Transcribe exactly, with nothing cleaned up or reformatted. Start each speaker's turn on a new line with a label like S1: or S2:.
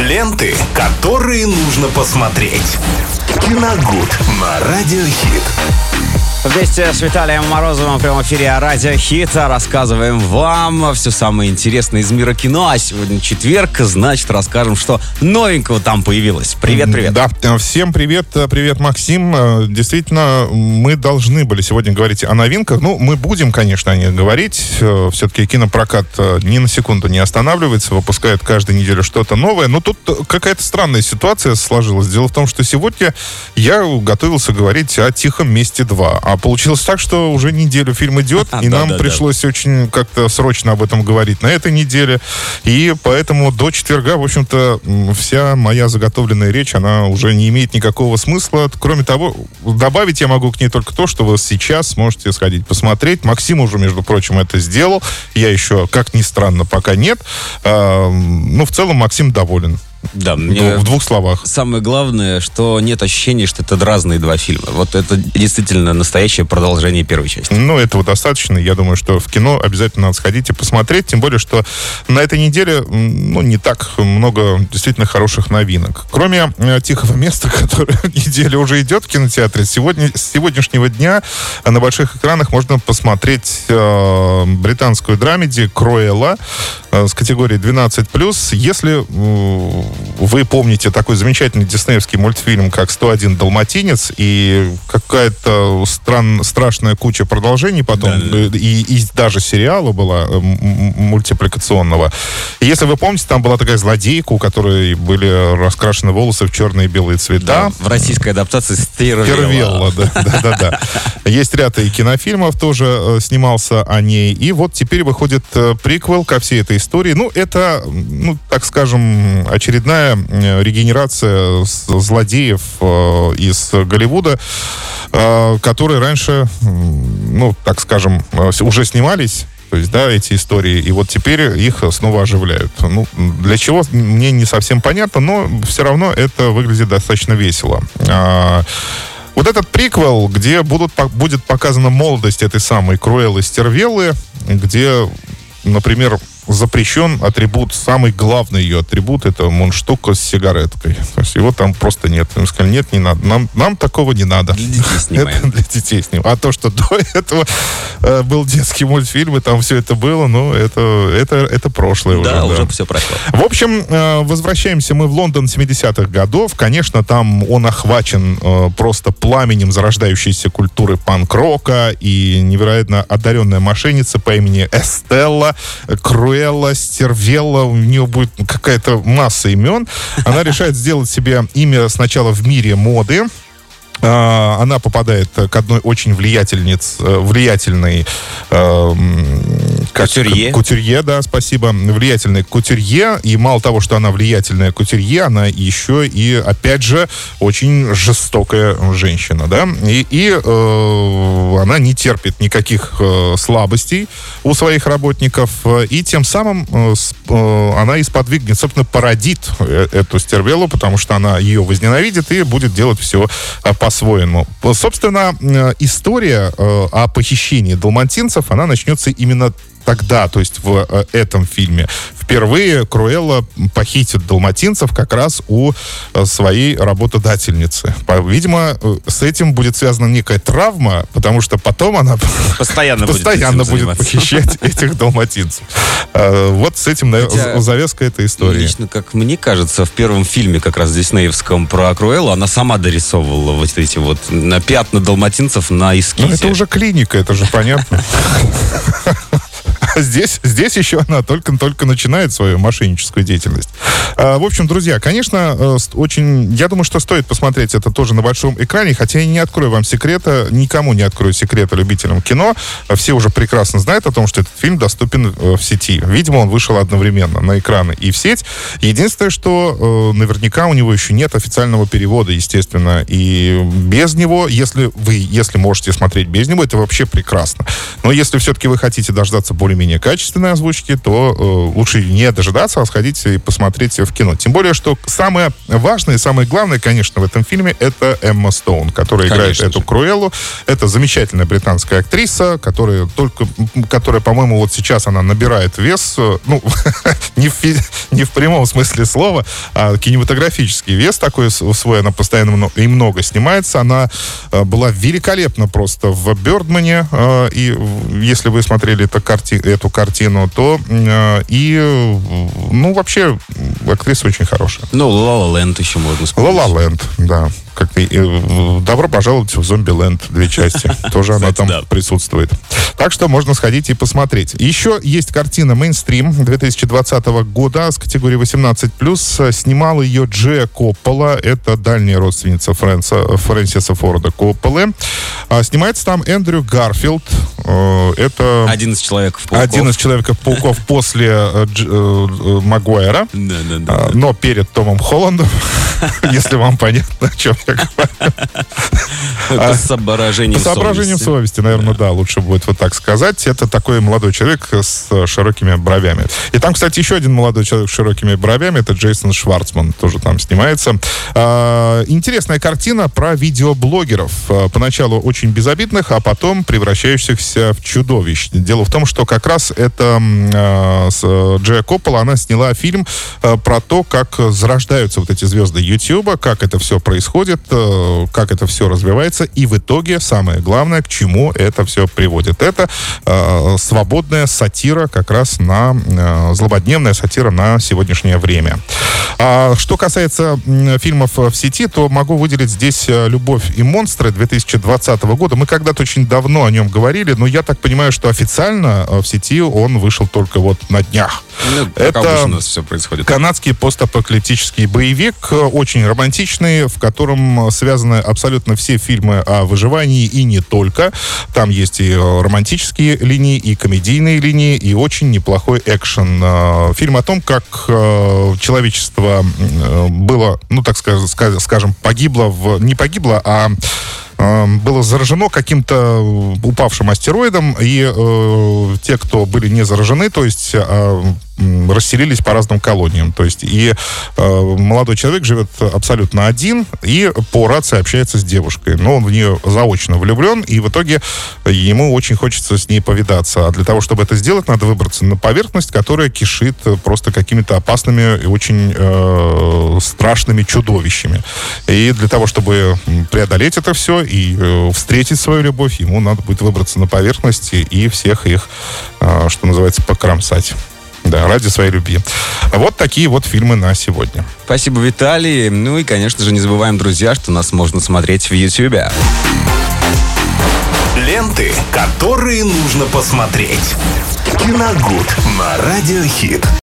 S1: Ленты, которые нужно посмотреть. Киногуд на Радиохит.
S2: Вместе с Виталием Морозовым в прямом эфире Радио Хит рассказываем вам все самое интересное из мира кино. А сегодня четверг, значит, расскажем, что новенького там появилось. Привет, привет.
S3: Да, всем привет, привет, Максим. Действительно, мы должны были сегодня говорить о новинках. Ну, мы будем, конечно, о них говорить. Все-таки кинопрокат ни на секунду не останавливается, выпускает каждую неделю что-то новое. Но тут какая-то странная ситуация сложилась. Дело в том, что сегодня я готовился говорить о «Тихом месте два». А получилось так, что уже неделю фильм идет, и
S2: да,
S3: нам
S2: да,
S3: пришлось
S2: да.
S3: очень как-то срочно об этом говорить на этой неделе. И поэтому до четверга, в общем-то, вся моя заготовленная речь, она уже не имеет никакого смысла. Кроме того, добавить я могу к ней только то, что вы сейчас сможете сходить посмотреть. Максим уже, между прочим, это сделал. Я еще, как ни странно, пока нет. А, ну, в целом, Максим доволен.
S2: Да, мне
S3: в двух словах.
S2: Самое главное, что нет ощущения, что это разные два фильма. Вот это действительно настоящее продолжение первой части.
S3: Ну, этого достаточно. Я думаю, что в кино обязательно надо сходить и посмотреть. Тем более, что на этой неделе, ну, не так много действительно хороших новинок. Кроме э, «Тихого места», которое неделя уже идет в кинотеатре, сегодня, с сегодняшнего дня на больших экранах можно посмотреть э, британскую драмеди «Круэлла» э, с категории двенадцать плюс. Если э, вы помните такой замечательный диснеевский мультфильм, как «сто один далматинец», и какая-то стран, страшная куча продолжений потом, да, да. И, и даже сериала была мультипликационного. И если вы помните, там была такая злодейка, у которой были раскрашены волосы в черные и белые цвета.
S2: Да, в российской адаптации «Стервелла».
S3: Да, да, да, да. Есть ряд и кинофильмов, тоже снимался о ней. И вот теперь выходит приквел ко всей этой истории. Ну, это, ну, так скажем, очередная регенерация злодеев э, из Голливуда, э, которые раньше, ну, так скажем, уже снимались. То есть, да, эти истории, и вот теперь их снова оживляют. Ну, для чего, мне не совсем понятно, но все равно это выглядит достаточно весело. А, вот этот приквел, где будут, будет показана молодость этой самой Круэллы Стервеллы, где, например, запрещен атрибут, самый главный ее атрибут, это мундштук с сигареткой. То есть его там просто нет. Им сказали, нет, не надо. Нам, нам такого не надо.
S2: Для детей снимаем.
S3: Это для детей снимаем. А то, что до этого э, был детский мультфильм, и там все это было, ну, это, это, это прошлое
S2: да,
S3: уже.
S2: уже да. Все прошло.
S3: В общем, э, возвращаемся мы в Лондон семидесятых годов. Конечно, там он охвачен э, просто пламенем зарождающейся культуры панк-рока, и невероятно одаренная мошенница по имени Эстелла, Круэлла, Стервелла, у нее будет какая-то масса имен. Она решает сделать себе имя сначала в мире моды. Она попадает к одной очень влиятельниц, влиятельной э, как,
S2: кутюрье.
S3: кутюрье, да, спасибо, влиятельной кутюрье. И мало того, что она влиятельная кутюрье, она еще и, опять же, очень жестокая женщина, да. И, и э, она не терпит никаких э, слабостей у своих работников. И тем самым э, э, она и сподвигнет, собственно, породит эту Стервеллу, потому что она ее возненавидит и будет делать все по по-своему. Собственно, история о похищении далматинцев, она начнется именно тогда, то есть в э, этом фильме. Впервые Круэлла похитит далматинцев как раз у э, своей работодательницы. Видимо, э, с этим будет связана некая травма, потому что потом она
S2: постоянно,
S3: постоянно будет, будет похищать этих далматинцев. Э, вот с этим Хотя, завязка этой истории.
S2: Лично, как мне кажется, в первом фильме, как раз диснеевском, про Круэллу, она сама дорисовывала вот эти вот пятна далматинцев на эскизе.
S3: Ну, это уже клиника, это же понятно. Здесь, здесь еще она только-только начинает свою мошенническую деятельность. А, в общем, друзья, конечно, очень... Я думаю, что стоит посмотреть это тоже на большом экране, хотя я не открою вам секрета, никому не открою секрета любителям кино. Все уже прекрасно знают о том, что этот фильм доступен в сети. Видимо, он вышел одновременно на экраны и в сеть. Единственное, что наверняка у него еще нет официального перевода, естественно. И без него, если вы, если можете смотреть без него, это вообще прекрасно. Но если все-таки вы хотите дождаться более-менее качественной озвучки, то э, лучше не дожидаться, а сходить и посмотреть в в кино. Тем более, что самое важное и самое главное, конечно, в этом фильме, это Эмма Стоун, которая конечно играет же. эту Круэллу. Это замечательная британская актриса, которая только, которая, по-моему, вот сейчас она набирает вес, ну, не, в, не в прямом смысле слова, а кинематографический вес такой свой, она постоянно и много снимается. Она была великолепна просто в «Бёрдмане», и если вы смотрели эту, карти, эту картину, то и, ну, вообще, актриса очень хорошая.
S2: Ну, «Ла Ла Ленд» еще можно сказать.
S3: «Ла Ла Ленд», да. Как-то, «Добро пожаловать в «Зомби-ленд», две части. Тоже она там присутствует. Так что можно сходить и посмотреть. Еще есть картина «Мейнстрим» две тысячи двадцатого года с категории восемнадцать плюс. Снимал ее Джия Коппола. Это дальняя родственница Фрэнса, Фрэнсиса Форда Копполы. А снимается там Эндрю Гарфилд. Это...
S2: Один из Человеков-пауков.
S3: Один из Человеков-пауков после Дж, э, Магуайра.
S2: Да, да, да.
S3: Но перед Томом Холландом. Если вам понятно, о чем я говорю.
S2: По соображениям совести.
S3: По соображениям совести, наверное, да, лучше будет вот так сказать. Это такой молодой человек с широкими бровями. И там, кстати, еще один молодой человек с широкими бровями. Это Джейсон Шварцман. Тоже там снимается. Интересная картина про видеоблогеров. Поначалу очень безобидных, а потом превращающихся в чудовищ. Дело в том, что как раз это Джия Коппола, она сняла фильм про то, как зарождаются вот эти звезды Ютьюба, как это все происходит, как это все развивается, и в итоге, самое главное, к чему это все приводит. Это э, свободная сатира как раз на, э, злободневная сатира на сегодняшнее время. А что касается э, фильмов в сети, то могу выделить здесь «Любовь и монстры» две тысячи двадцатого года. Мы когда-то очень давно о нем говорили, но я так понимаю, что официально в сети он вышел только вот на днях.
S2: Ну, это у нас все происходит.
S3: Канадский постапокалиптический боевик, очень романтичный, в котором связаны абсолютно все фильмы о выживании и не только. Там есть и романтические линии, и комедийные линии, и очень неплохой экшен. Фильм о том, как человечество было, ну, так скажем, погибло, в, не погибло, а было заражено каким-то упавшим астероидом, и э, те, кто были не заражены, то есть э, расселились по разным колониям. То есть и э, молодой человек живет абсолютно один и по рации общается с девушкой. Но он в нее заочно влюблен, и в итоге ему очень хочется с ней повидаться. А для того, чтобы это сделать, надо выбраться на поверхность, которая кишит просто какими-то опасными и очень э, страшными чудовищами. И для того, чтобы преодолеть это все и э, встретить свою любовь, ему надо будет выбраться на поверхность и всех их, э, что называется, покромсать. Да, ради своей любви. Вот такие вот фильмы на сегодня.
S2: Спасибо, Виталий. Ну и, конечно же, не забываем, друзья, что нас можно смотреть в Ютьюбе.
S1: Ленты, которые нужно посмотреть. Киногуд на Радио Хит.